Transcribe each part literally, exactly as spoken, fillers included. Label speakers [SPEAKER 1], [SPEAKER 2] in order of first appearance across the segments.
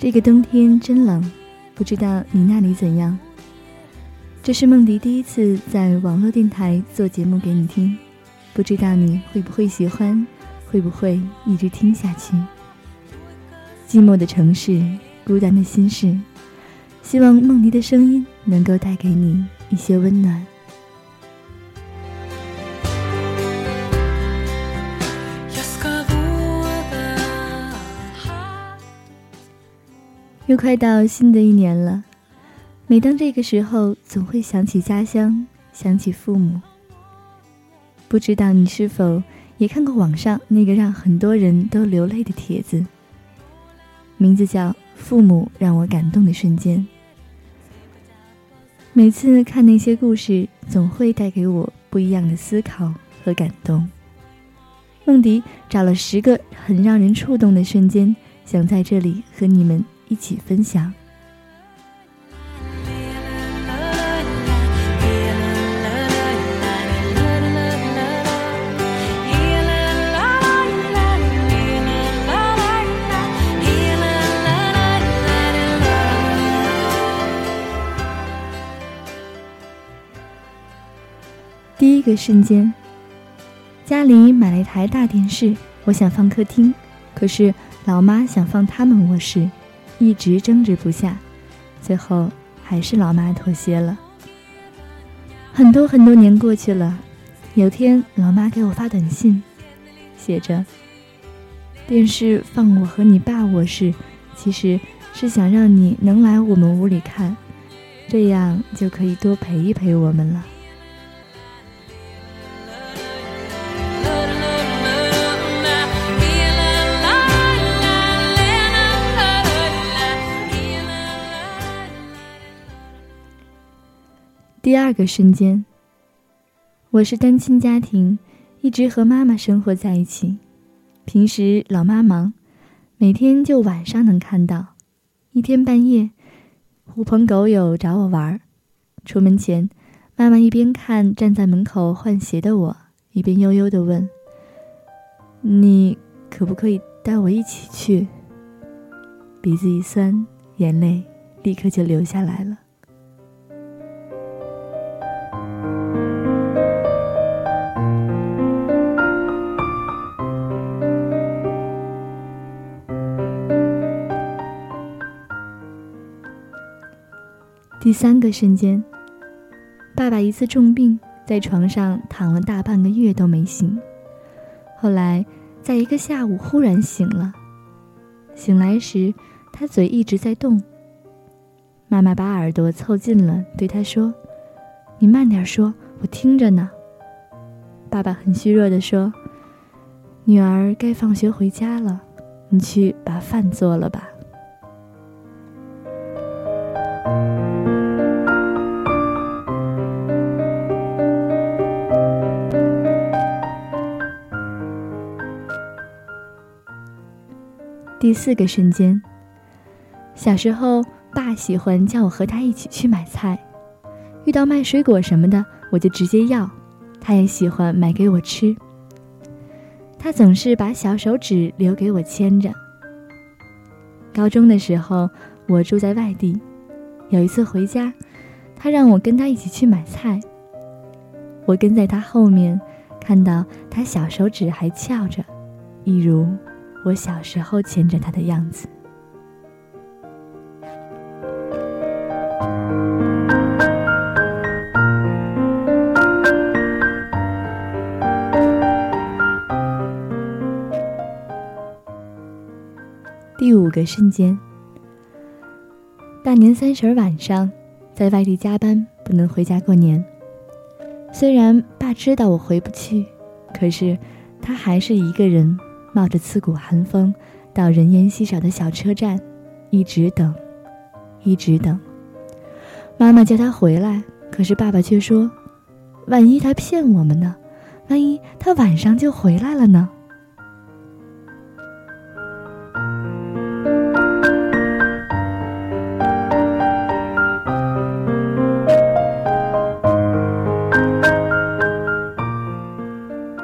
[SPEAKER 1] 这个冬天真冷，不知道你那里怎样。这是梦迪第一次在网络电台做节目给你听，不知道你会不会喜欢，会不会一直听下去。寂寞的城市，孤单的心事，希望梦迪的声音能够带给你一些温暖。又快到新的一年了，每当这个时候，总会想起家乡，想起父母。不知道你是否也看过网上那个让很多人都流泪的帖子，名字叫《父母让我感动的瞬间》。每次看那些故事，总会带给我不一样的思考和感动。梦迪找了十个很让人触动的瞬间，想在这里和你们一起分享。第一个瞬间，家里买了一台大电视，我想放客厅，可是老妈想放他们卧室，一直争执不下，最后还是老妈妥协了。很多很多年过去了，有天老妈给我发短信，写着：电视放我和你爸卧室，其实是想让你能来我们屋里看，这样就可以多陪一陪我们了。第二个瞬间，我是单亲家庭，一直和妈妈生活在一起。平时老妈忙，每天就晚上能看到。一天半夜，狐朋狗友找我玩，出门前，妈妈一边看站在门口换鞋的我，一边悠悠地问：你可不可以带我一起去？鼻子一酸，眼泪立刻就流下来了。第三个瞬间，爸爸一次重病，在床上躺了大半个月都没醒。后来在一个下午忽然醒了，醒来时他嘴一直在动。妈妈把耳朵凑近了，对他说：你慢点说，我听着呢。爸爸很虚弱地说：女儿该放学回家了，你去把饭做了吧。第四个瞬间，小时候爸喜欢叫我和他一起去买菜，遇到卖水果什么的我就直接要，他也喜欢买给我吃。他总是把小手指留给我牵着。高中的时候我住在外地，有一次回家，他让我跟他一起去买菜，我跟在他后面，看到他小手指还翘着，一如我小时候牵着他的样子。第五个瞬间，大年三十晚上，在外地加班，不能回家过年。虽然爸知道我回不去，可是他还是一个人冒着刺骨寒风到人烟稀少的小车站，一直等一直等。妈妈叫他回来，可是爸爸却说，万一他骗我们呢？万一他晚上就回来了呢？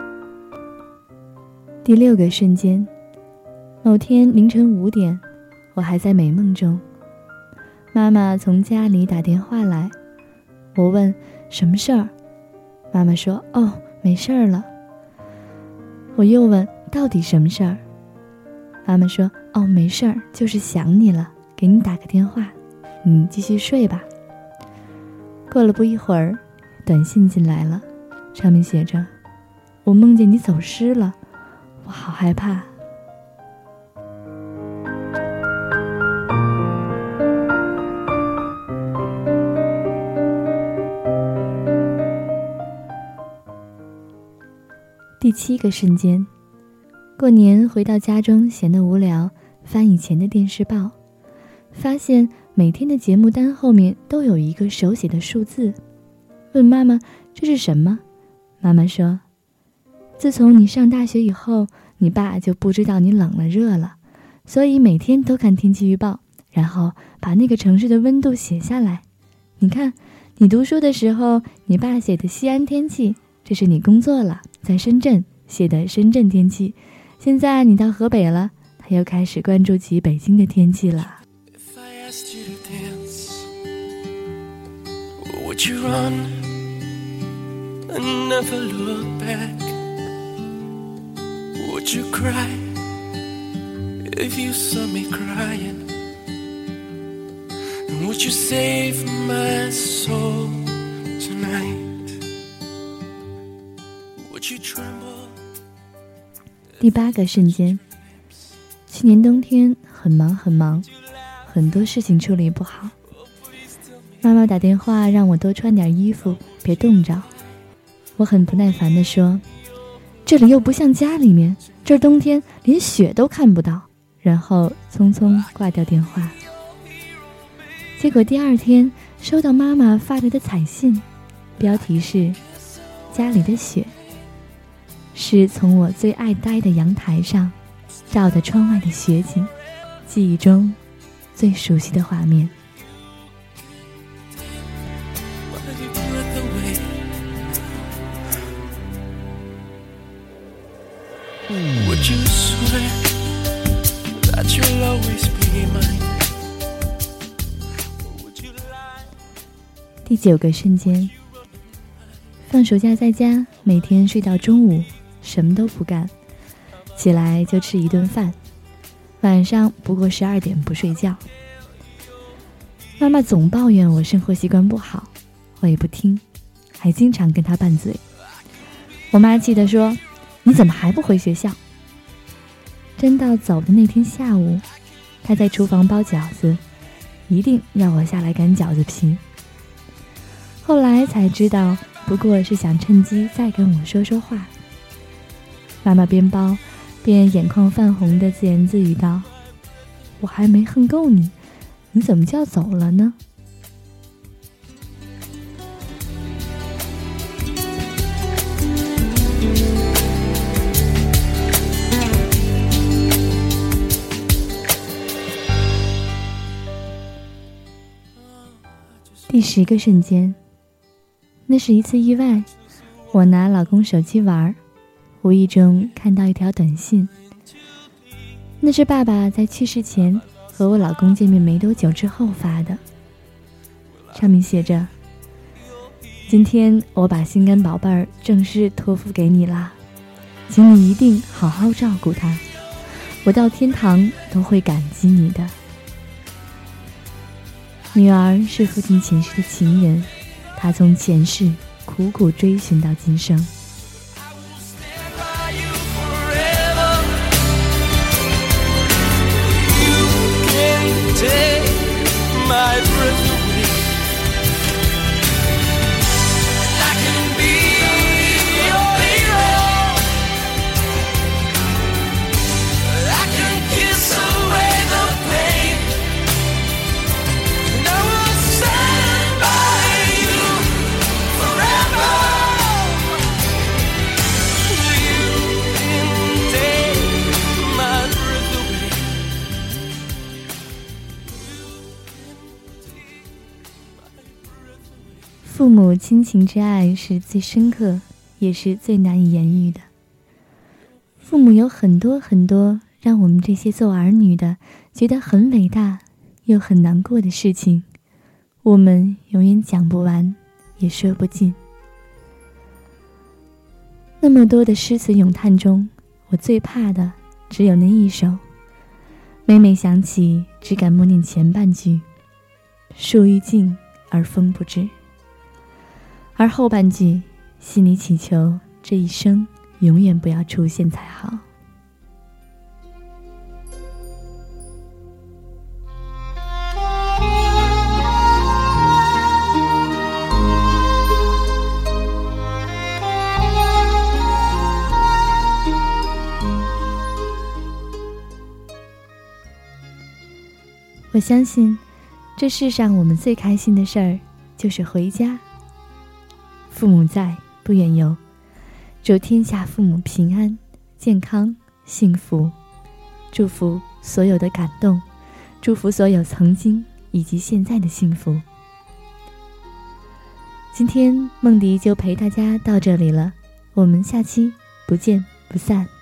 [SPEAKER 1] 第六个瞬间，某天凌晨五点， 我还在美梦中。妈妈从家里打电话来，我问什么事儿，妈妈说哦，没事儿了。我又问到底什么事儿，妈妈说哦，没事儿，就是想你了，给你打个电话，你继续睡吧。过了不一会儿，短信进来了，上面写着我梦见你走失了，我好害怕。第七个瞬间，过年回到家中闲得无聊，翻以前的电视报，发现每天的节目单后面都有一个手写的数字，问妈妈这是什么？妈妈说，自从你上大学以后，你爸就不知道你冷了热了，所以每天都看天气预报，然后把那个城市的温度写下来。你看，你读书的时候你爸写的西安天气，这是你工作了在深圳写的深圳天气，现在你到河北了，他又开始关注起北京的天气了。
[SPEAKER 2] Would you run and never look back? Would you cry if you saw me crying? And would you save my soul tonight? Would you tremble?
[SPEAKER 1] 第八个瞬间，去年冬天很忙很忙，很多事情处理不好。妈妈打电话让我多穿点衣服，别冻着。我很不耐烦地说，这里又不像家里面，这儿冬天连雪都看不到。然后匆匆挂掉电话。结果第二天收到妈妈发来的彩信，标题是家里的雪，是从我最爱待的阳台上照的窗外的雪景，记忆中最熟悉的画面。
[SPEAKER 2] Would you swear that you'll always be mine? Would you lie?
[SPEAKER 1] 第九个瞬间，放暑假在家，每天睡到中午，什么都不干，起来就吃一顿饭，晚上不过十二点不睡觉。妈妈总抱怨我生活习惯不好，我也不听，还经常跟她拌嘴。我妈气地说，你怎么还不回学校？真到走的那天下午，她在厨房包饺子，一定要我下来擀饺子皮。后来才知道，不过是想趁机再跟我说说话。妈妈边包边眼眶泛红的自言自语道，我还没恨够你，你怎么就要走了呢？第十个瞬间，那是一次意外，我拿老公手机玩，无意中看到一条短信，那是爸爸在去世前和我老公见面没多久之后发的。上面写着，今天我把心肝宝贝儿正式托付给你啦，请你一定好好照顾他，我到天堂都会感激你的。女儿是父亲前世的情人，她从前世苦苦追寻到今生。父母亲情之爱是最深刻，也是最难以言喻的。父母有很多很多让我们这些做儿女的觉得很伟大又很难过的事情，我们永远讲不完，也说不尽。那么多的诗词咏叹中，我最怕的只有那一首，每每想起，只敢默念前半句，树欲静而风不止，而后半句，心里祈求这一生永远不要出现才好。我相信这世上我们最开心的事儿就是回家，父母在，不远游，祝天下父母平安健康幸福，祝福所有的感动，祝福所有曾经以及现在的幸福。今天梦迪就陪大家到这里了，我们下期不见不散。